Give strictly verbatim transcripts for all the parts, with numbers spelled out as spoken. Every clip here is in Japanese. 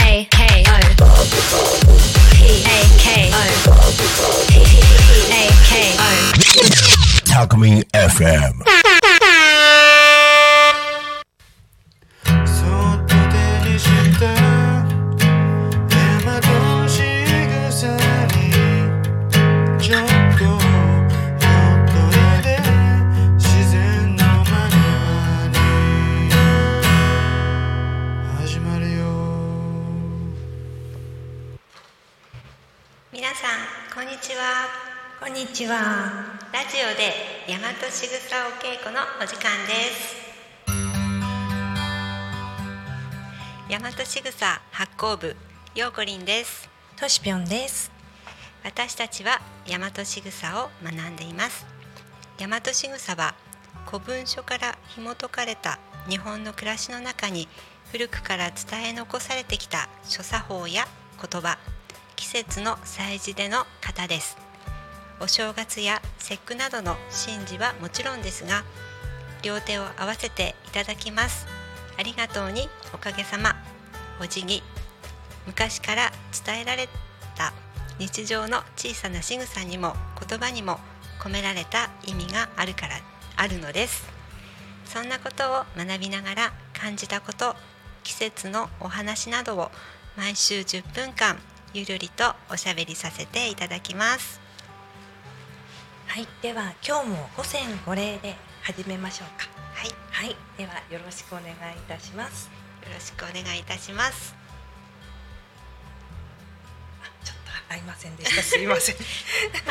A K O P A K O P A K O タクミン エフエム。 皆さんこんにちは。 こんにちは。 ラジオで大和しぐさお稽古のお時間です。大和しぐさ発行部ようこりんです。 としぴょんです。 私たちは大和しぐさを学んでいます。大和しぐさは古文書から紐解かれた日本の暮らしの中に古くから伝え残されてきた所作法や言葉、季節の祭事での型です。お正月や節句などの神事はもちろんですが、両手を合わせていただきます、ありがとうにおかげさま、お辞儀、昔から伝えられた日常の小さな仕草にも言葉にも込められた意味があるからあるのです。そんなことを学びながら感じたこと、季節のお話などを毎週じゅっぷんかんゆるりとおしゃべりさせていただきます。 はい、では今日も五線五礼で始めましょうか。 はい、 はい、ではよろしくお願いいたします。 よろしくお願いいたします。 あ、ちょっと合いませんでした。すいません。はい、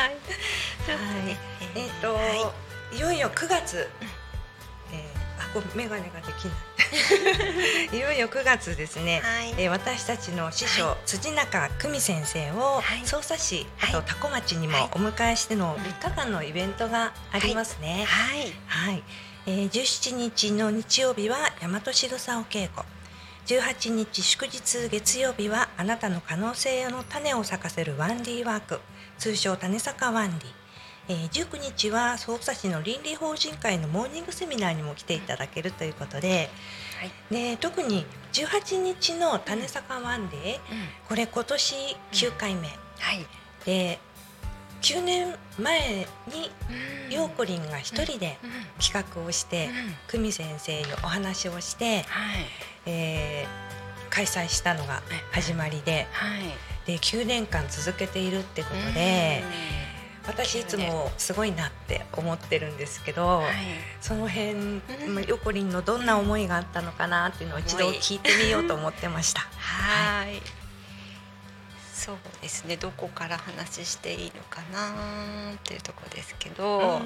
はい、えっ、ー、と、はい、いよいよくがつ、えー、あ、こうメガネができない。いよいよくがつですね、はい、えー、私たちの師匠、はい、辻中久美先生を匝瑳市、はい、あと多古町にもお迎えしてのみっかかんのイベントがありますね。 はいはい、えー、じゅうしちにちの日曜日は大和しぐさお稽古、じゅうはちにち祝日月曜日はあなたの可能性の種を咲かせるワンディーワーク、通称種坂ワンディ。えー、じゅうくにちは匝瑳市の倫理法人会のモーニングセミナーにも来ていただけるということで、はい、で特にじゅうはちにちの種坂ワンデー、うん、これ今年きゅうかいめ、うん、はい、できゅうねんまえにようこりんが一人で企画をして、うん、久美先生にお話をして、はい、えー、開催したのが始まりで、はい、できゅうねんかん続けているってことで、うん、私いつもすごいなって思ってるんですけど、はい、その辺、うん、よこりんのどんな思いがあったのかなっていうのを一度聞いてみようと思ってました。 はい、はい、そうですね、どこから話していいのかなっていうところですけど、うん、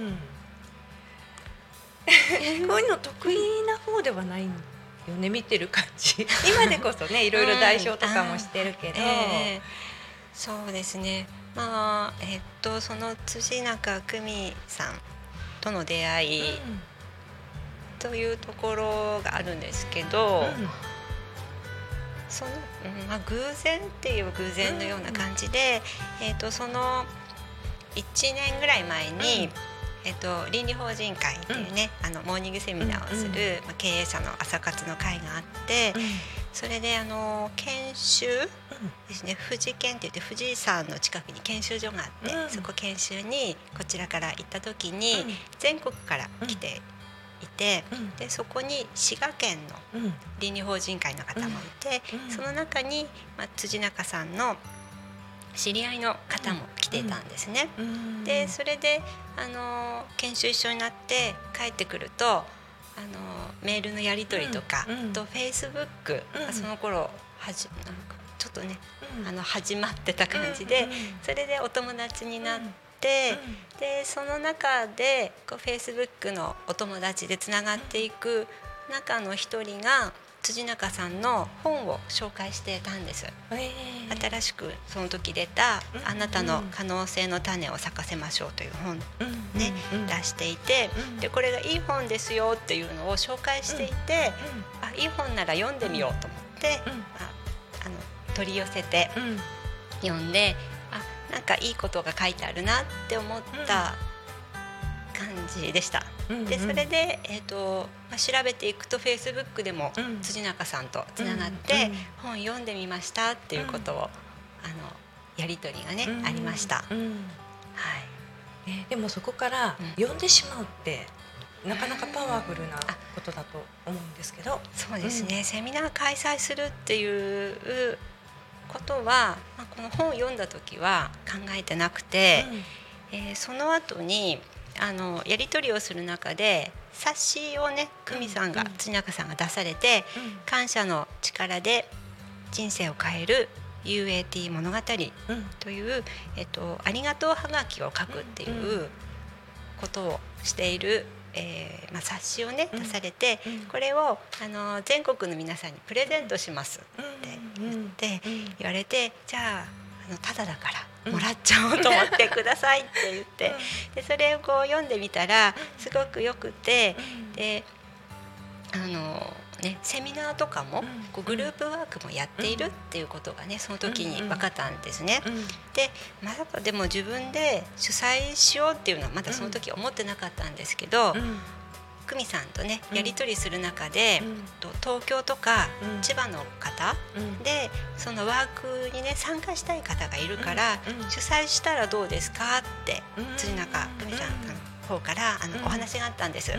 こういうの得意な方ではないよね、見てる感じ。今でこそね、いろいろ代表とかもしてるけど、えー、 そうですね、まあえっとその辻中久美さんとの出会い、うん、というところがあるんですけど、うん、その、まあ、偶然っていう偶然のような感じで、うん、えっとそのいちねんぐらい前に、うん、えっと、倫理法人会っていうね、うん、あのモーニングセミナーをする、うん、まあ、経営者の朝活の会があって、うん、それであの研修ですね、富士研って言って富士山の近くに研修所があって、うん、そこ研修にこちらから行った時に、うん、全国から来ていて、うん、でそこに滋賀県の倫理法人会の方もいて、うん、その中に、まあ、辻中さんの知り合いの方も来てたんですね、うん、でそれであの研修一緒になって帰ってくると、あのメールのやり取りとか、うん、とフェイスブック、うん、その頃はじなんかちょっとね、うん、あの始まってた感じで、うん、それでお友達になって、うん、でその中でこうフェイスブックのお友達でつながっていく中の一人が辻中さんの本を紹介してたんです、えー、新しくその時出た、うん、あなたの可能性の種を咲かせましょうという本、ね、うん、出していて、うん、でこれがいい本ですよっていうのを紹介していて、うん、あ、いい本なら読んでみようと思って、うん、ああの取り寄せて読んで、あ、なんかいいことが書いてあるなって思った感じでした。 うんうん、 でそれで、えーとまあ、調べていくとフェイスブックでも辻中さんとつながって、うんうん、本読んでみましたっていうことを、うん、あのやり取りがね、うん、ありました、うん、はいね、でもそこから読んでしまうって、うん、なかなかパワフルなことだと思うんですけど。 そうですね、うん、セミナー開催するっていうことは、まあ、この本を読んだ時は考えてなくて、うん、えー、その後にあのやり取りをする中で冊子をね久美さんが、うん、辻中さんが出されて、うん、感謝の力で人生を変える ユーエーティー 物語という、うん、えっと、ありがとうはがきを書くっていうことをしている、えーまあ、冊子をね出されて、うん、これをあの全国の皆さんにプレゼントしますって言って、言われて、じゃあ、あのただだからもらっちゃおうと思ってくださいって言って、でそれをこう読んでみたらすごくよくて、であのね、セミナーとかもこうグループワークもやっているっていうことがねその時に分かったんですね。でまさかでも自分で主催しようっていうのはまだその時思ってなかったんですけど、久美さんとねやり取りする中で、うん、東京とか千葉の方、うん、でそのワークにね参加したい方がいるから、うん、主催したらどうですかって、うん、辻中久美さんの方からあの、うん、お話があったんです、うん、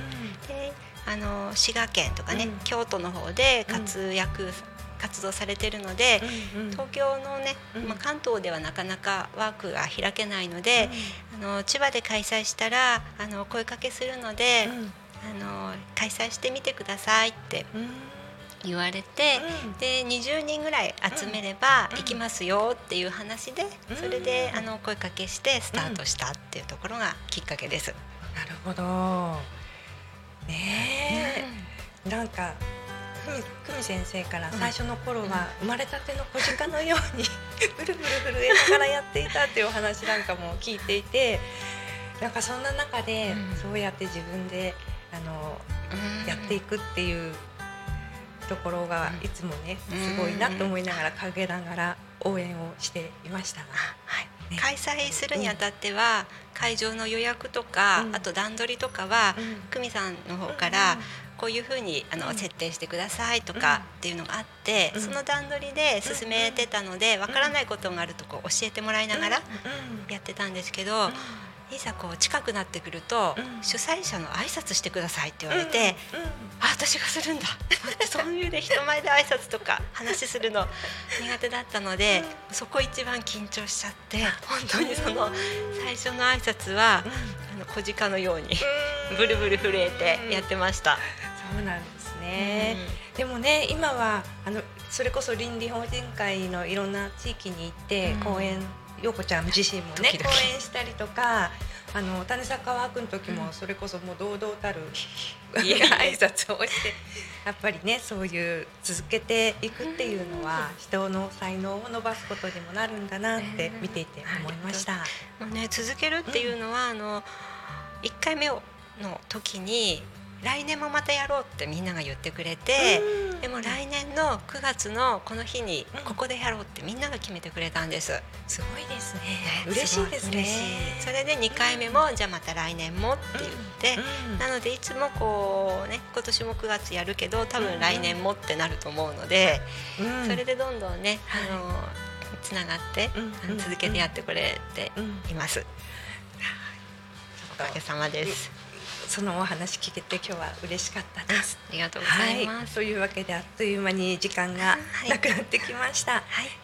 であの滋賀県とかね、うん、京都の方で活躍、うん、活動されているので、うんうん、東京のね、まあ、関東ではなかなかワークが開けないので、うん、あの千葉で開催したらあの声かけするので、うんあの開催してみてくださいって言われて、うん、でにじゅうにんぐらい集めれば行きますよっていう話で、うん、それであの声かけしてスタートしたっていうところがきっかけです、 うん、なるほどねえ、うん、なんか久美先生から最初の頃は生まれたての小鹿のようにブルブル震えながらやっていたっていうお話なんかも聞いていて、なんかそんな中でそうやって自分であのやっていくっていうところがいつもねすごいなと思いながら陰ながら応援をしていましたが、 はいね、開催するにあたっては会場の予約とか、うん、あと段取りとかは、うん、久美さんの方からこういうふうにあの、うん、設定してくださいとかっていうのがあって、うん、その段取りで進めてたので、わからないことがあるとこう教えてもらいながらやってたんですけど、いざこう近くなってくると、うん、主催者の挨拶してくださいって言われて、うんうん、あ、私がするんだそういうね人前で挨拶とか話するの苦手だったので、うん、そこ一番緊張しちゃって、本当にその最初の挨拶は、うん、あの小鹿のようにブルブル震えてやってました。 そうなんですね、うん、でもね今はあのそれこそ倫理法人会のいろんな地域に行って講演、陽子ちゃん自身もね講演したりとか、あの種坂ワークの時もそれこそもう堂々たる、うん、挨拶をしてやっぱりねそういう続けていくっていうのは人の才能を伸ばすことにもなるんだなって見ていて思いました、 うんね、続けるっていうのは、うん、あのいっかいめの時に来年もまたやろうってみんなが言ってくれて、うん、でも来年のくがつのこの日にここでやろうってみんなが決めてくれたんです。 すごいですね。嬉しいですね。 それでにかいめも、うん、じゃあまた来年もって言って、うんうん、なのでいつもこうね今年もくがつやるけど多分来年もってなると思うので、うん、それでどんどんね、あのつながって、うん、続けてやってくれています、うん、おかげさまです。 そのお話聞けて今日は嬉しかったです。 ありがとうございます、 はい、というわけであっという間に時間がなくなってきました、はい、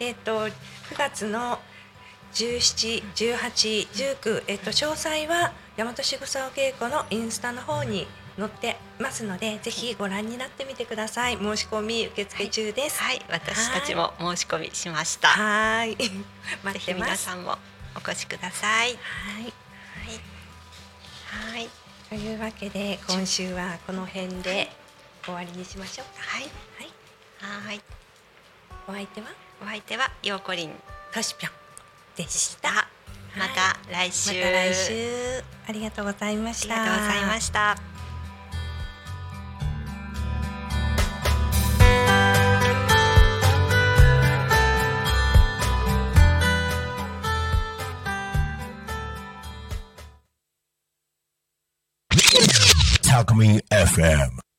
えっとくがつのじゅうしち、じゅうはち、じゅうく、えっと詳細は大和しぐさお稽古のインスタの方に載ってますので、ぜひご覧になってみてください。申し込み受付中です。 はい、はい、私たちも申し込みしました。 はい、 待ってます。皆さんもお越しください。はい、はい、はい。 というわけで今週はこの辺で終わりにしましょうか。 はい、 はい、はい。お相手はお相手はようこりんとしぴょんでした。 また来週、 また来週ありがとうございました。 ありがとうございました。 Alchemy エフエム